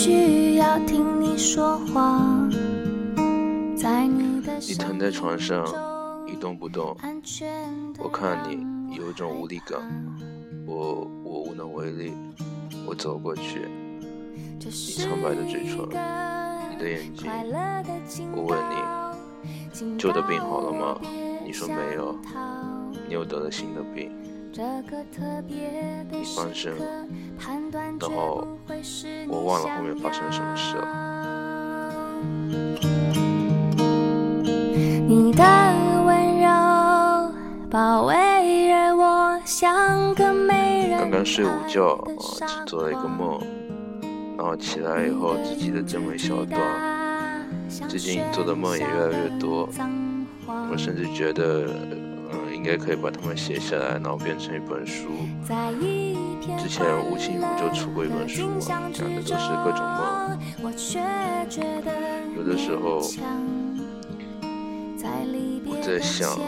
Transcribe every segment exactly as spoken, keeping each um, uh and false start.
需要听你说话，在你的你躺在床上一动不动，我看你有一种无力感，我我无能为力。我走过去，你苍白的嘴唇，你的眼睛，我问你旧的病好了吗？你说没有，你又得了新的病。你翻身，然后我忘了后面发生了什么事了。 你的温柔包围着我，像个美人。 刚刚睡午觉，只做了一个梦，然后起来以后只记得这么一小段。最近做的梦也越来越多，我甚至觉得嗯，应该可以把它们写下来，然后变成一本书。之前吴清如就出过一本书，讲的都是各种梦。有的时候我在想，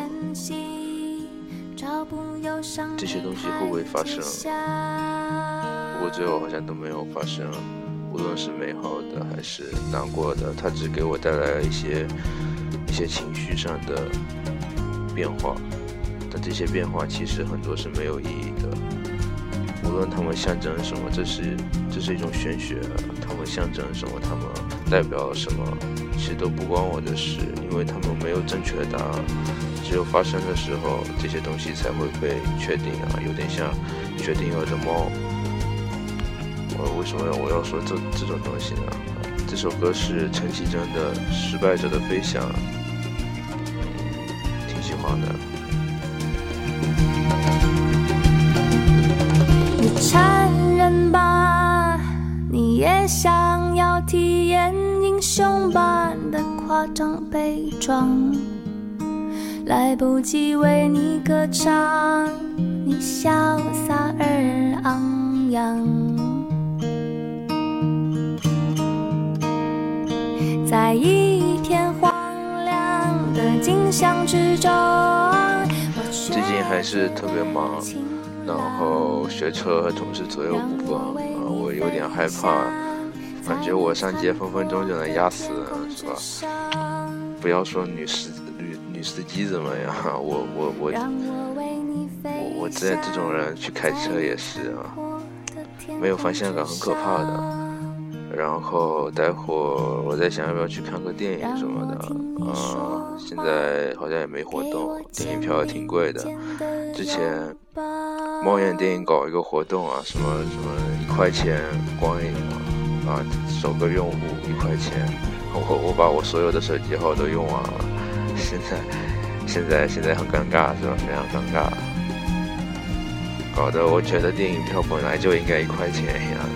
这些东西会不会发生？不过最后好像都没有发生，无论是美好的还是难过的，它只给我带来了一些一些情绪上的变化，但这些变化其实很多是没有意义的。无论它们象征什么，这是这是一种玄学，它们象征什么，它们代表了什么，其实都不关我的事，因为它们没有正确的答案。只有发生的时候，这些东西才会被确定啊，有点像薛定谔的猫。我为什么我要说这这种东西呢？这首歌是陈绮贞的《失败者的飞翔》，挺喜欢的。 你承认吧，你也想要体验英雄般的夸张悲壮，来不及为你歌唱，你潇洒而昂扬。在一片荒凉的景象之中， 最近还是特别忙，然后学车和同事左右不分，啊，我有点害怕，感觉我上街分分钟就能压死人，是吧？不要说女司女女司机怎么样，我我我我我这这种人去开车也是啊，没有方向感，很可怕的。然后待会儿我在想要不要去看个电影什么的，啊、呃，现在好像也没活动，电影票也挺贵的。之前猫眼电影搞一个活动啊，什么什么一块钱光影嘛，啊，首个用户一块钱，我我把我所有的手机号都用完了，现在现在现在很尴尬是吧？非常尴尬，搞得我觉得电影票本来就应该一块钱一样。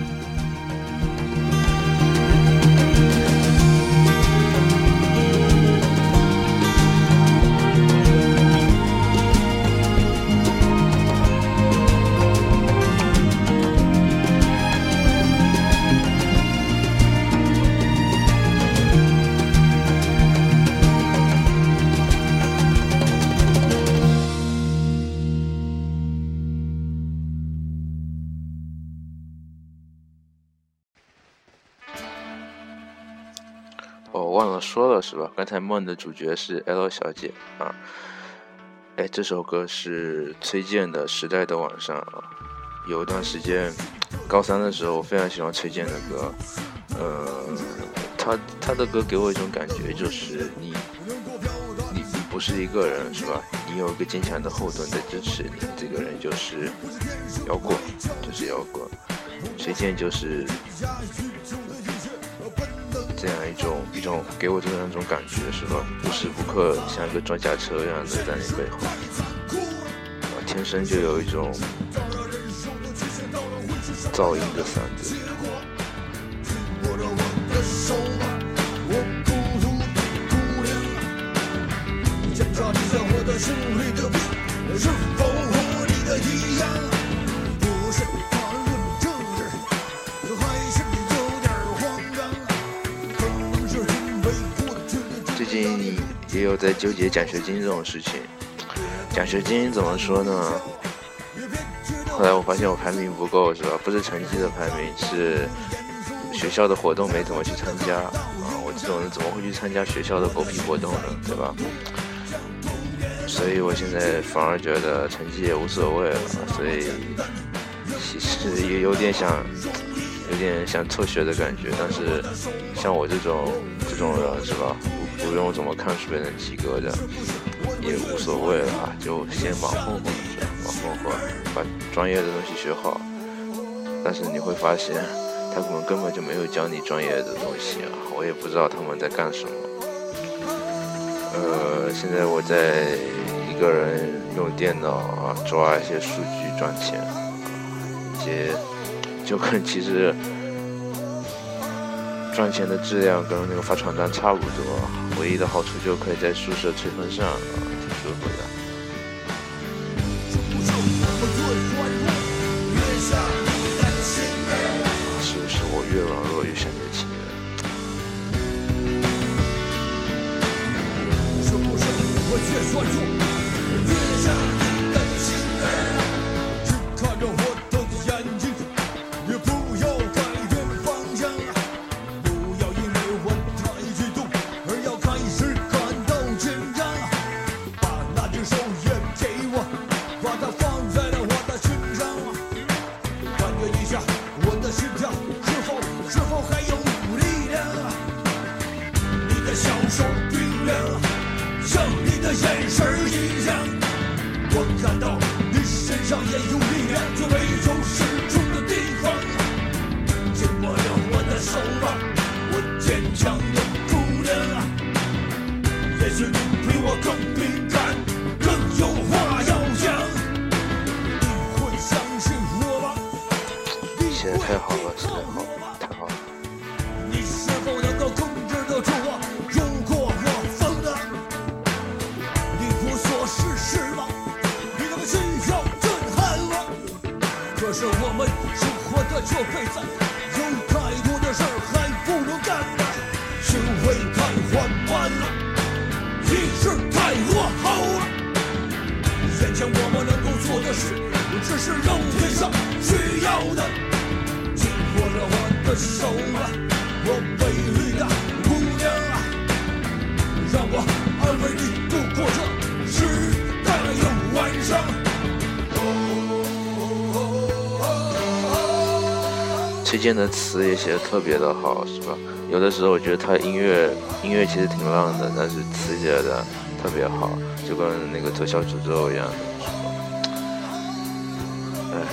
哦，忘了说了是吧？刚才梦的主角是 L 小姐啊。哎，这首歌是崔健的《时代的晚上》啊。有一段时间，高三的时候，我非常喜欢崔健的歌。呃，他他的歌给我一种感觉，就是你你你不是一个人是吧？你有一个坚强的后盾在支持你，这个人就是摇滚，就是摇滚。崔健就是这样一种一种给我这样一种感觉是吧？无时不刻像一个装甲车一样的在你背后，啊，天生就有一种噪音的嗓子。最近也有在纠结奖学金这种事情。奖学金怎么说呢？后来我发现我排名不够是吧？不是成绩的排名，是学校的活动没怎么去参加啊，我这种人怎么会去参加学校的狗屁活动呢？对吧？所以我现在反而觉得成绩也无所谓了，所以其实也有点想，有点想辍学的感觉。但是像我这种这种人是吧，不不用怎么看书也能及格的，也无所谓了，就先忙混混，忙混混，把专业的东西学好。但是你会发现，他们根本就没有教你专业的东西啊，我也不知道他们在干什么。呃，现在我在一个人用电脑啊抓一些数据赚钱，一些就跟其实赚钱的质量跟那个发传单差不多，唯一的好处就可以在宿舍吹风扇，啊，挺舒服的。是不是我越软弱越像你的情人？我越专注，越像你的情人。只看着我的眼睛，也不要改变方向。不要因为我太激动，而要开始感到紧张。把那只手也给我，把它放在了我的心上。感觉一下我的心跳，是否是否还有力量？你的小手冰凉，像你的眼神一样，我感到你身上也有力量，却没有使出的地方。紧握着我的手吧，我坚强的姑娘。也许你比我更敏感，更有话要讲。你会相信我吗？写得太好了，写得好，太好了。你是否能够控制得住我？如果我疯了，你无所事事吗？你那么需要震撼吗？可是我们生活的这辈子，有太多的事还不能干吗？行为太缓慢了，意识太落后了。眼前我们能够做的事，只是肉体上需要的。紧握着我的手啊，我美丽的姑娘啊，让我安慰你度过这时代的晚上。崔健的词也写得特别的好，是吧？有的时候我觉得他音乐音乐其实挺烂的，但是词写的特别好，就跟那个左小诅咒一样的，是吧？哎，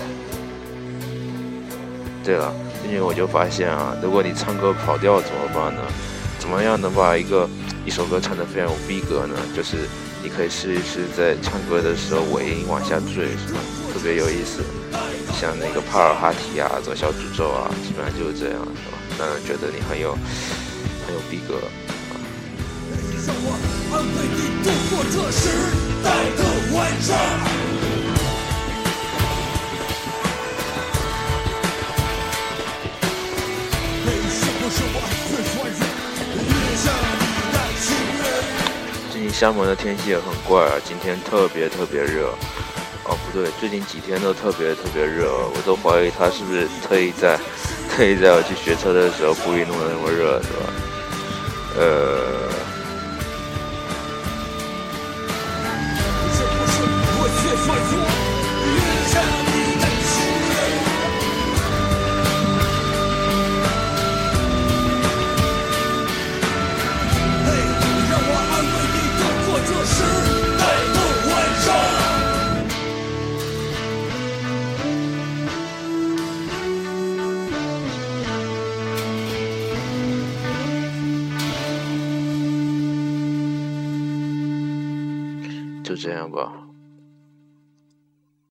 对了，最近我就发现啊，如果你唱歌跑调怎么办呢？怎么样能把一个一首歌唱得非常有逼格呢？就是你可以试一试在唱歌的时候尾音往下坠，是吧？特别有意思。像那个帕尔哈提啊、左小诅咒啊，基本上就是这样，是吧？让人觉得你很有很有逼格。让我安慰你度过这时代的晚上。最近厦门的天气也很怪啊，今天特别特别热。哦，不对，最近几天都特别特别热，我都怀疑他是不是特意在特意在我去学车的时候故意弄得那么热，是吧？呃。是不是我却犯错，越像你的情人？嘿，让我安慰你度过这时代的晚上。就这样吧。